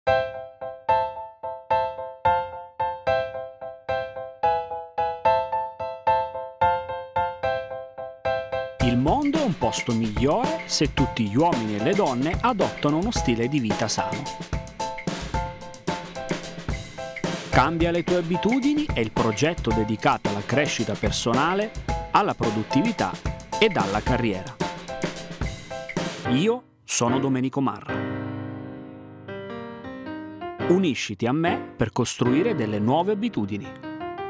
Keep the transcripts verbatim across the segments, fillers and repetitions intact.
Il mondo è un posto migliore se tutti gli uomini e le donne adottano uno stile di vita sano. Cambia le tue abitudini è il progetto dedicato alla crescita personale, alla produttività ed alla carriera. Io sono Domenico Marra. Unisciti a me per costruire delle nuove abitudini.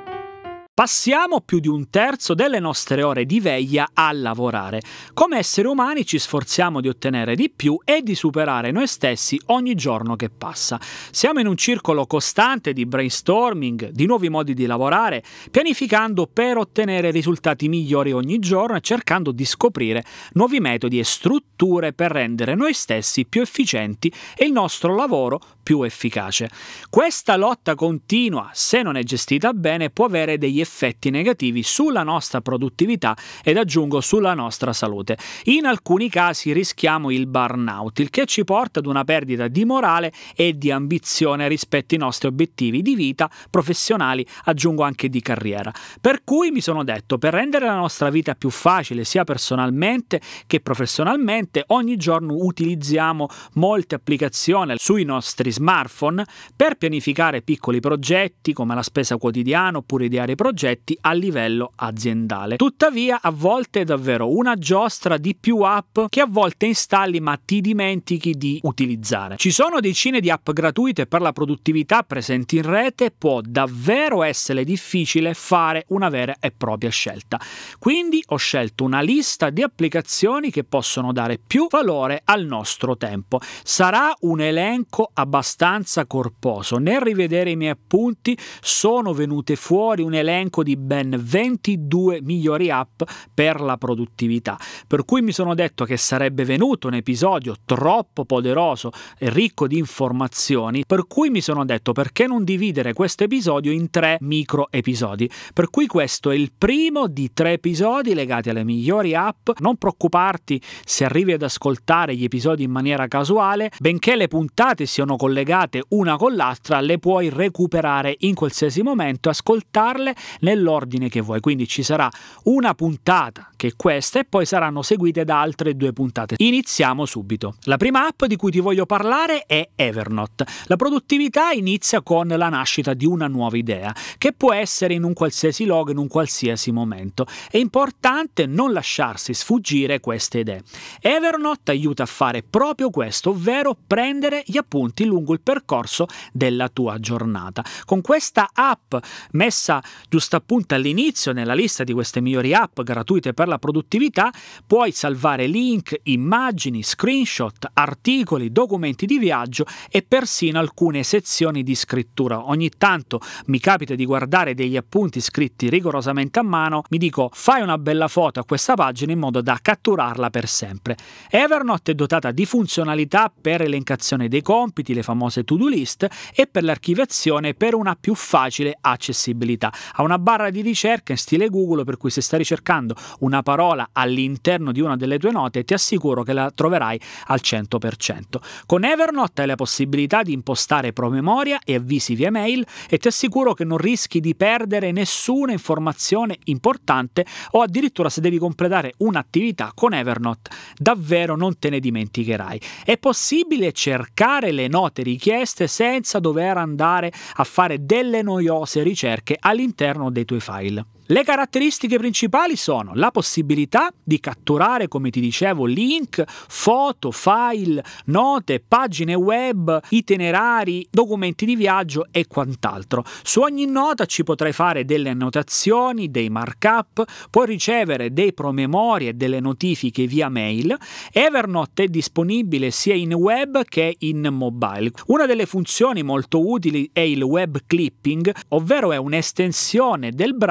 Passiamo più di un terzo delle nostre ore di veglia a lavorare. Come esseri umani ci sforziamo di ottenere di più e di superare noi stessi ogni giorno che passa. Siamo in un circolo costante di brainstorming, di nuovi modi di lavorare, pianificando per ottenere risultati migliori ogni giorno e cercando di scoprire nuovi metodi e strutture per rendere noi stessi più efficienti e il nostro lavoro più efficace. Questa lotta continua, se non è gestita bene, può avere degli effetti negativi sulla nostra produttività ed aggiungo sulla nostra salute. In alcuni casi rischiamo il burnout, il che ci porta ad una perdita di morale e di ambizione rispetto ai nostri obiettivi di vita, professionali, aggiungo anche di carriera. Per cui mi sono detto, per rendere la nostra vita più facile sia personalmente che professionalmente, ogni giorno utilizziamo molte applicazioni sui nostri smartphone per pianificare piccoli progetti come la spesa quotidiana oppure ideare progetti a livello aziendale. Tuttavia, a volte è davvero una giostra di più app che a volte installi ma ti dimentichi di utilizzare. Ci sono decine di app gratuite per la produttività presenti in rete, può davvero essere difficile fare una vera e propria scelta. Quindi ho scelto una lista di applicazioni che possono dare più valore al nostro tempo. Sarà un elenco abbastanza corposo. Nel rivedere i miei appunti sono venute fuori un elenco di ben ventidue migliori app per la produttività, per cui mi sono detto che sarebbe venuto un episodio troppo poderoso e ricco di informazioni, per cui mi sono detto perché non dividere questo episodio in tre micro episodi, per cui questo è il primo di tre episodi legati alle migliori app. Non preoccuparti se arrivi ad ascoltare gli episodi in maniera casuale, benché le puntate siano collegate una con l'altra, le puoi recuperare in qualsiasi momento, ascoltarle nell'ordine che vuoi, quindi ci sarà una puntata che è questa e poi saranno seguite da altre due puntate. Iniziamo subito. La prima app di cui ti voglio parlare è Evernote. La produttività inizia con la nascita di una nuova idea, che può essere in un qualsiasi luogo, in un qualsiasi momento. È importante non lasciarsi sfuggire queste idee. Evernote aiuta a fare proprio questo, ovvero prendere gli appunti lungo il percorso della tua giornata. Con questa app messa giusto appunto all'inizio nella lista di queste migliori app gratuite per la produttività, puoi salvare link, immagini, screenshot, articoli, documenti di viaggio e persino alcune sezioni di scrittura. Ogni tanto mi capita di guardare degli appunti scritti rigorosamente a mano, mi dico fai una bella foto a questa pagina in modo da catturarla per sempre. Evernote è dotata di funzionalità per elencazione dei compiti, le famose to-do list, e per l'archiviazione per una più facile accessibilità. Ha una barra di ricerca in stile Google, per cui se stai ricercando una parola all'interno di una delle tue note ti assicuro che la troverai al cento per cento. Con Evernote hai la possibilità di impostare promemoria e avvisi via mail e ti assicuro che non rischi di perdere nessuna informazione importante, o addirittura se devi completare un'attività con Evernote davvero non te ne dimenticherai. È possibile cercare le note richieste senza dover andare a fare delle noiose ricerche all'interno dei tuoi file. Le caratteristiche principali sono la possibilità di catturare, come ti dicevo, link, foto, file, note, pagine web, itinerari, documenti di viaggio e quant'altro. Su ogni nota ci potrai fare delle annotazioni, dei markup, puoi ricevere dei promemoria e delle notifiche via mail. Evernote è disponibile sia in web che in mobile. Una delle funzioni molto utili è il web clipping, ovvero è un'estensione del browser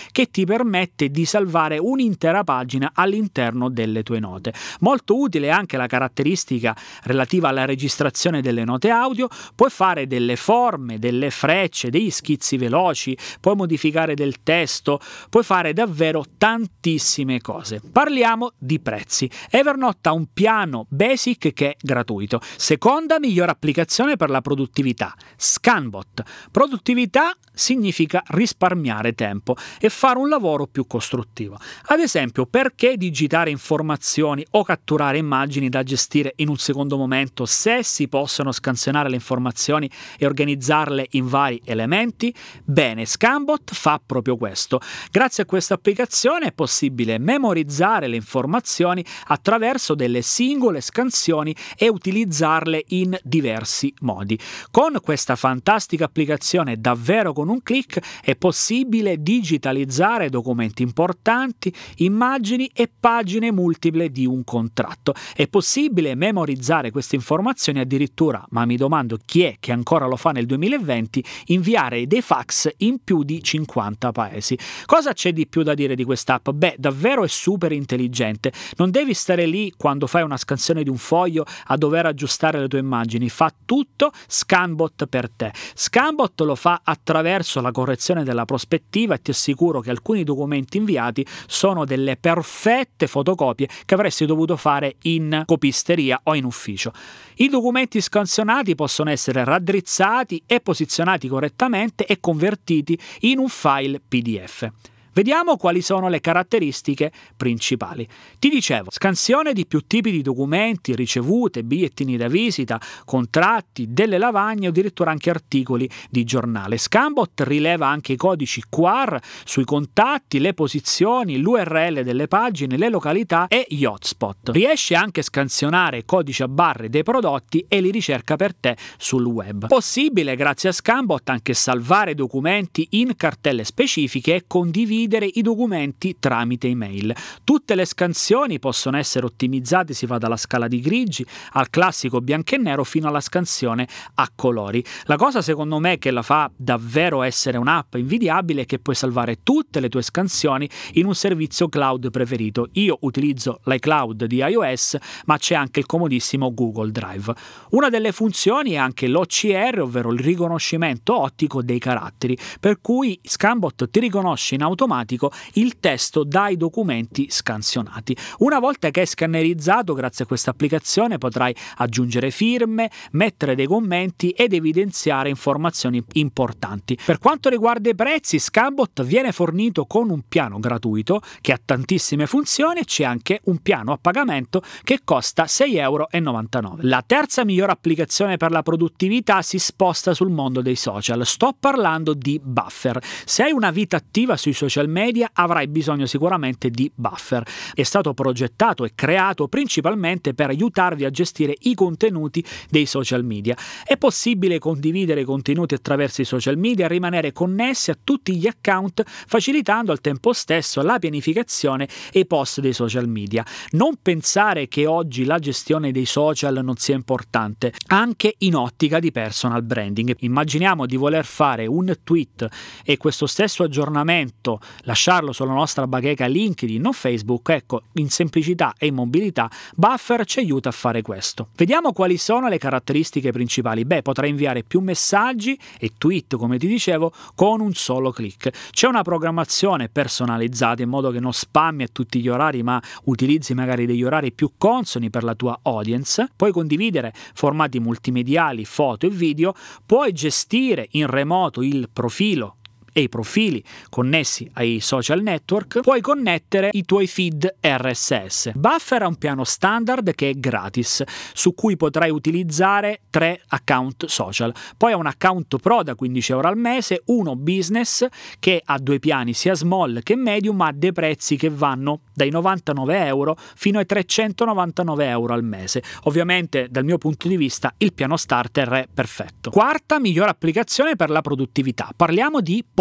che ti permette di salvare un'intera pagina all'interno delle tue note. Molto utile anche la caratteristica relativa alla registrazione delle note audio, puoi fare delle forme, delle frecce, degli schizzi veloci, puoi modificare del testo, puoi fare davvero tantissime cose. Parliamo di prezzi. Evernote ha un piano basic che è gratuito. Seconda migliore applicazione per la produttività, Scanbot. Produttività significa risparmiare tempo e fare un lavoro più costruttivo. Ad esempio, perché digitare informazioni o catturare immagini da gestire in un secondo momento se si possono scansionare le informazioni e organizzarle in vari elementi? Bene, Scanbot fa proprio questo. Grazie a questa applicazione è possibile memorizzare le informazioni attraverso delle singole scansioni e utilizzarle in diversi modi. Con questa fantastica applicazione, davvero con un clic è possibile digitalizzare documenti importanti, immagini e pagine multiple di un contratto. È possibile memorizzare queste informazioni addirittura, ma mi domando chi è che ancora lo fa nel duemilaventi, inviare dei fax in più di cinquanta paesi. Cosa c'è di più da dire di quest'app? Beh, davvero è super intelligente. Non devi stare lì quando fai una scansione di un foglio a dover aggiustare le tue immagini. Fa tutto Scanbot per te. Scanbot lo fa attraverso la correzione della prospettiva e ti assicuro che alcuni documenti inviati sono delle perfette fotocopie che avresti dovuto fare in copisteria o in ufficio. I documenti scansionati possono essere raddrizzati e posizionati correttamente e convertiti in un file P D F. Vediamo quali sono le caratteristiche principali. Ti dicevo, scansione di più tipi di documenti, ricevute, bigliettini da visita, contratti, delle lavagne o addirittura anche articoli di giornale. Scanbot rileva anche i codici Q R sui contatti, le posizioni, l'U R L delle pagine, le località e gli hotspot. Riesce anche a scansionare codici a barre dei prodotti e li ricerca per te sul web. Possibile, grazie a Scanbot, anche salvare documenti in cartelle specifiche e condividere i documenti tramite email. Tutte le scansioni possono essere ottimizzate, si va dalla scala di grigi al classico bianco e nero fino alla scansione a colori. La cosa secondo me che la fa davvero essere un'app invidiabile è che puoi salvare tutte le tue scansioni in un servizio cloud preferito. Io utilizzo l'iCloud di iOS, ma c'è anche il comodissimo Google Drive. Una delle funzioni è anche l'O C R, ovvero il riconoscimento ottico dei caratteri, per cui Scanbot ti riconosce in automatico il testo dai documenti scansionati. Una volta che è scannerizzato, grazie a questa applicazione potrai aggiungere firme, mettere dei commenti ed evidenziare informazioni importanti. Per quanto riguarda i prezzi, Scanbot viene fornito con un piano gratuito che ha tantissime funzioni e c'è anche un piano a pagamento che costa sei euro e novantanove. La terza migliore applicazione per la produttività si sposta sul mondo dei social. Sto parlando di Buffer. Se hai una vita attiva sui social media avrai bisogno sicuramente di Buffer. È stato progettato e creato principalmente per aiutarvi a gestire i contenuti dei social media. È possibile condividere i contenuti attraverso i social media e rimanere connessi a tutti gli account, facilitando al tempo stesso la pianificazione e i post dei social media. Non pensare che oggi la gestione dei social non sia importante, anche in ottica di personal branding. Immaginiamo di voler fare un tweet e questo stesso aggiornamento lasciarlo sulla nostra bacheca LinkedIn o Facebook. Ecco, in semplicità e in mobilità Buffer ci aiuta a fare questo. Vediamo quali sono le caratteristiche principali. Beh, potrai inviare più messaggi e tweet, come ti dicevo, con un solo clic. C'è una programmazione personalizzata in modo che non spammi a tutti gli orari, ma utilizzi magari degli orari più consoni per la tua audience. Puoi condividere formati multimediali, foto e video. Puoi gestire in remoto il profilo e i profili connessi ai social network. Puoi connettere i tuoi feed R S S. Buffer ha un piano standard che è gratis, su cui potrai utilizzare tre account social. Poi ha un account pro da quindici euro al mese, uno business che ha due piani sia small che medium, ma ha dei prezzi che vanno dai novantanove euro fino ai trecentonovantanove euro al mese. Ovviamente dal mio punto di vista il piano starter è perfetto. Quarta migliore applicazione per la produttività. Parliamo di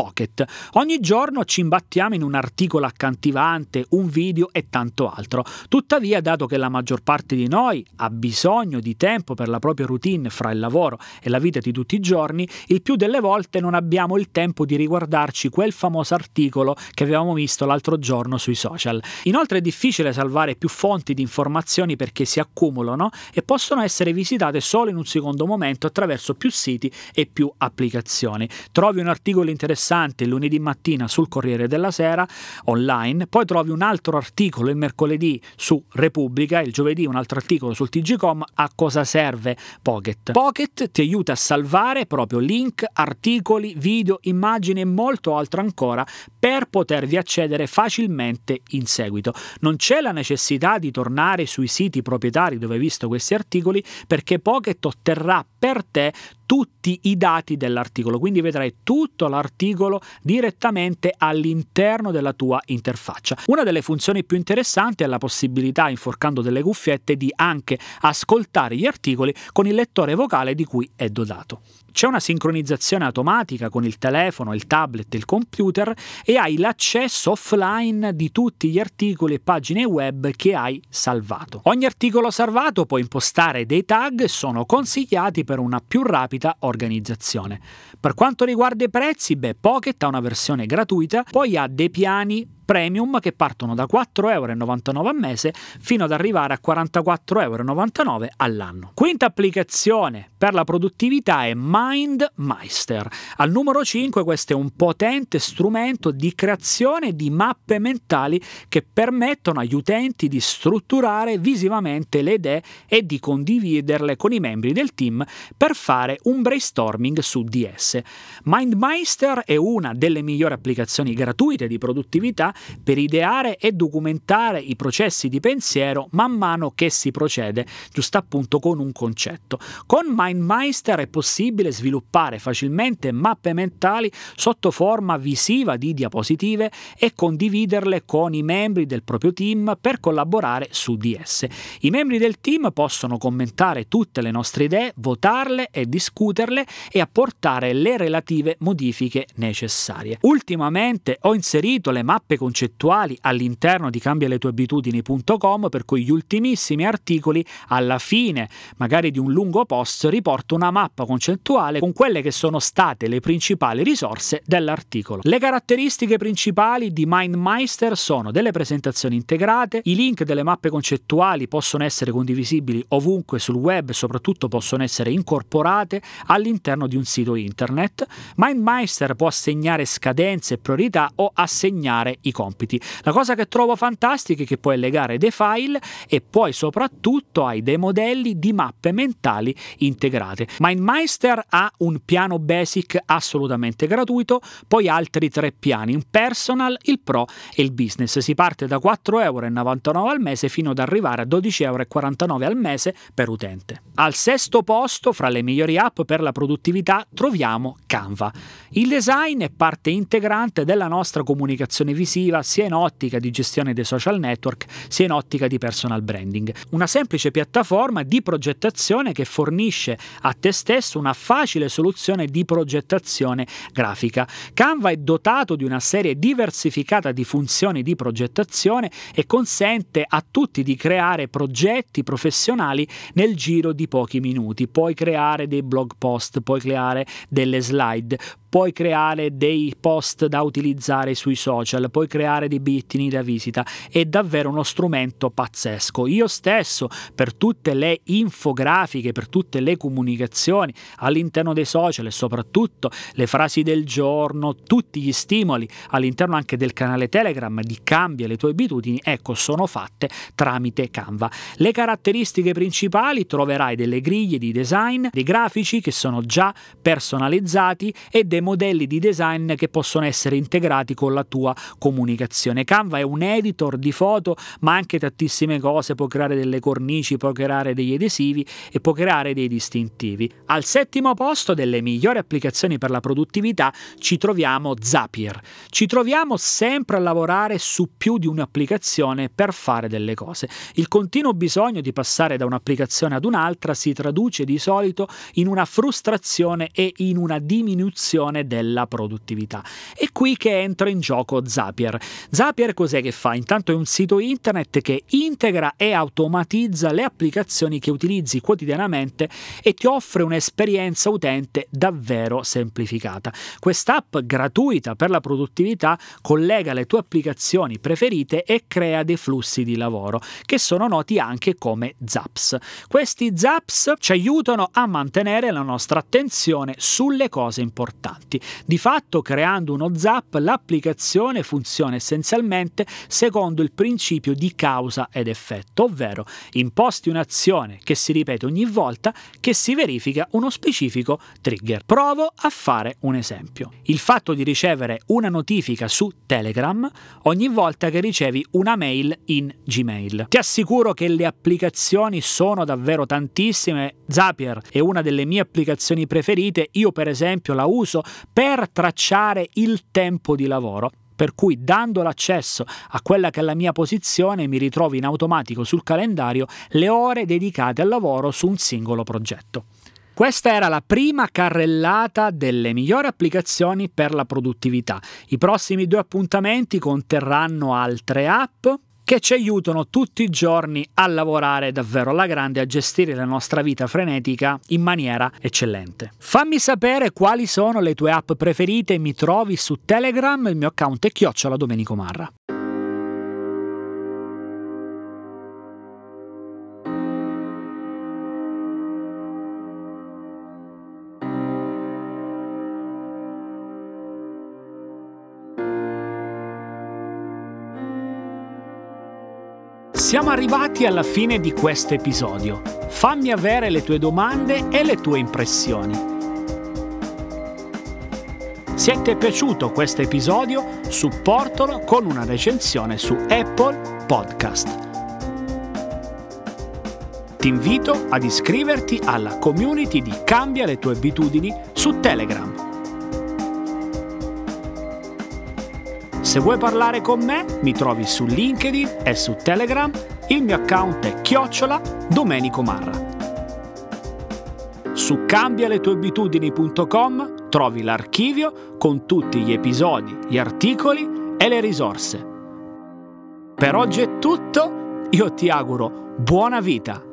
Pocket. Ogni giorno ci imbattiamo in un articolo accattivante, un video e tanto altro. Tuttavia, dato che la maggior parte di noi ha bisogno di tempo per la propria routine fra il lavoro e la vita di tutti i giorni, il più delle volte non abbiamo il tempo di riguardarci quel famoso articolo che avevamo visto l'altro giorno sui social. Inoltre è difficile salvare più fonti di informazioni perché si accumulano e possono essere visitate solo in un secondo momento attraverso più siti e più applicazioni. Trovi un articolo interessante il lunedì mattina sul Corriere della Sera online, poi trovi un altro articolo il mercoledì su Repubblica, il giovedì un altro articolo sul T G com. A cosa serve Pocket? Pocket ti aiuta a salvare proprio link, articoli, video, immagini e molto altro ancora per potervi accedere facilmente in seguito. Non c'è la necessità di tornare sui siti proprietari dove hai visto questi articoli, perché Pocket otterrà per te tutti i dati dell'articolo, quindi vedrai tutto l'articolo direttamente all'interno della tua interfaccia. Una delle funzioni più interessanti è la possibilità, inforcando delle cuffiette, di anche ascoltare gli articoli con il lettore vocale di cui è dotato. C'è una sincronizzazione automatica con il telefono, il tablet e il computer e hai l'accesso offline di tutti gli articoli e pagine web che hai salvato. Ogni articolo salvato può impostare dei tag e sono consigliati per una più rapida organizzazione. Per quanto riguarda i prezzi, beh, Pocket ha una versione gratuita, poi ha dei piani premium che partono da quattro virgola novantanove euro al mese fino ad arrivare a quarantaquattro virgola novantanove euro all'anno. Quinta applicazione per la produttività è MindMeister. Al numero cinque, questo è un potente strumento di creazione di mappe mentali che permettono agli utenti di strutturare visivamente le idee e di condividerle con i membri del team per fare un brainstorming su di esse. MindMeister è una delle migliori applicazioni gratuite di produttività per ideare e documentare i processi di pensiero man mano che si procede, giusto appunto con un concetto. Con MindMeister è possibile sviluppare facilmente mappe mentali sotto forma visiva di diapositive e condividerle con i membri del proprio team per collaborare su di esse. I membri del team possono commentare tutte le nostre idee, votarle e discuterle e apportare le relative modifiche necessarie. Ultimamente ho inserito le mappe concettuali all'interno di cambia le tue abitudini punto com, per cui gli ultimissimi articoli alla fine magari di un lungo post riporto una mappa concettuale con quelle che sono state le principali risorse dell'articolo. Le caratteristiche principali di MindMeister sono delle presentazioni integrate, i link delle mappe concettuali possono essere condivisibili ovunque sul web e soprattutto possono essere incorporate all'interno di un sito internet. MindMeister può assegnare scadenze e priorità o assegnare i compiti. La cosa che trovo fantastica è che puoi legare dei file e poi soprattutto hai dei modelli di mappe mentali integrate. MindMeister ha un piano basic assolutamente gratuito, poi altri tre piani, un personal, il pro e il business. Si parte da quattro virgola novantanove euro al mese fino ad arrivare a dodici virgola quarantanove euro al mese per utente. Al sesto posto, fra le migliori app per la produttività, troviamo Canva. Il design è parte integrante della nostra comunicazione visiva sia in ottica di gestione dei social network sia in ottica di personal branding. Una semplice piattaforma di progettazione che fornisce a te stesso una facile soluzione di progettazione grafica. Canva è dotato di una serie diversificata di funzioni di progettazione e consente a tutti di creare progetti professionali nel giro di pochi minuti. Puoi creare dei blog post, puoi creare delle slide, puoi creare dei post da utilizzare sui social, puoi creare dei bigliettini da visita. È davvero uno strumento pazzesco. Io stesso, per tutte le infografiche, per tutte le comunicazioni all'interno dei social e soprattutto le frasi del giorno, tutti gli stimoli all'interno anche del canale Telegram di Cambia le tue abitudini, ecco, sono fatte tramite Canva. Le caratteristiche principali: troverai delle griglie di design, dei grafici che sono già personalizzati e dei modelli di design che possono essere integrati con la tua comunicazione. Canva è un editor di foto, ma anche tantissime cose, può creare delle cornici, può creare degli adesivi e può creare dei distintivi. Al settimo posto delle migliori applicazioni per la produttività ci troviamo Zapier. Ci troviamo sempre a lavorare su più di un'applicazione per fare delle cose. Il continuo bisogno di passare da un'applicazione ad un'altra si traduce di solito in una frustrazione e in una diminuzione gestione della produttività. È qui che entra in gioco Zapier. Zapier cos'è che fa? Intanto è un sito internet che integra e automatizza le applicazioni che utilizzi quotidianamente e ti offre un'esperienza utente davvero semplificata. Quest'app gratuita per la produttività collega le tue applicazioni preferite e crea dei flussi di lavoro che sono noti anche come Zaps. Questi Zaps ci aiutano a mantenere la nostra attenzione sulle cose importanti. Di fatto, creando uno Zap, l'applicazione funziona essenzialmente secondo il principio di causa ed effetto, ovvero imposti un'azione che si ripete ogni volta che si verifica uno specifico trigger. Provo a fare un esempio. Il fatto di ricevere una notifica su Telegram ogni volta che ricevi una mail in Gmail. Ti assicuro che le applicazioni sono davvero tantissime. Zapier è una delle mie applicazioni preferite. Io per esempio la uso per tracciare il tempo di lavoro, per cui dando l'accesso a quella che è la mia posizione mi ritrovo in automatico sul calendario le ore dedicate al lavoro su un singolo progetto. Questa era la prima carrellata delle migliori applicazioni per la produttività. I prossimi due appuntamenti conterranno altre app che ci aiutano tutti i giorni a lavorare davvero alla grande, a gestire la nostra vita frenetica in maniera eccellente. Fammi sapere quali sono le tue app preferite, mi trovi su Telegram, il mio account è chiocciola Domenico Marra. Siamo arrivati alla fine di questo episodio. Fammi avere le tue domande e le tue impressioni. Se ti è piaciuto questo episodio, supportalo con una recensione su Apple Podcast. Ti invito ad iscriverti alla community di Cambia le tue abitudini su Telegram. Se vuoi parlare con me, mi trovi su LinkedIn e su Telegram. Il mio account è chiocciola Domenico Marra. Su cambia le tue abitudini punto com trovi l'archivio con tutti gli episodi, gli articoli e le risorse. Per oggi è tutto, io ti auguro buona vita.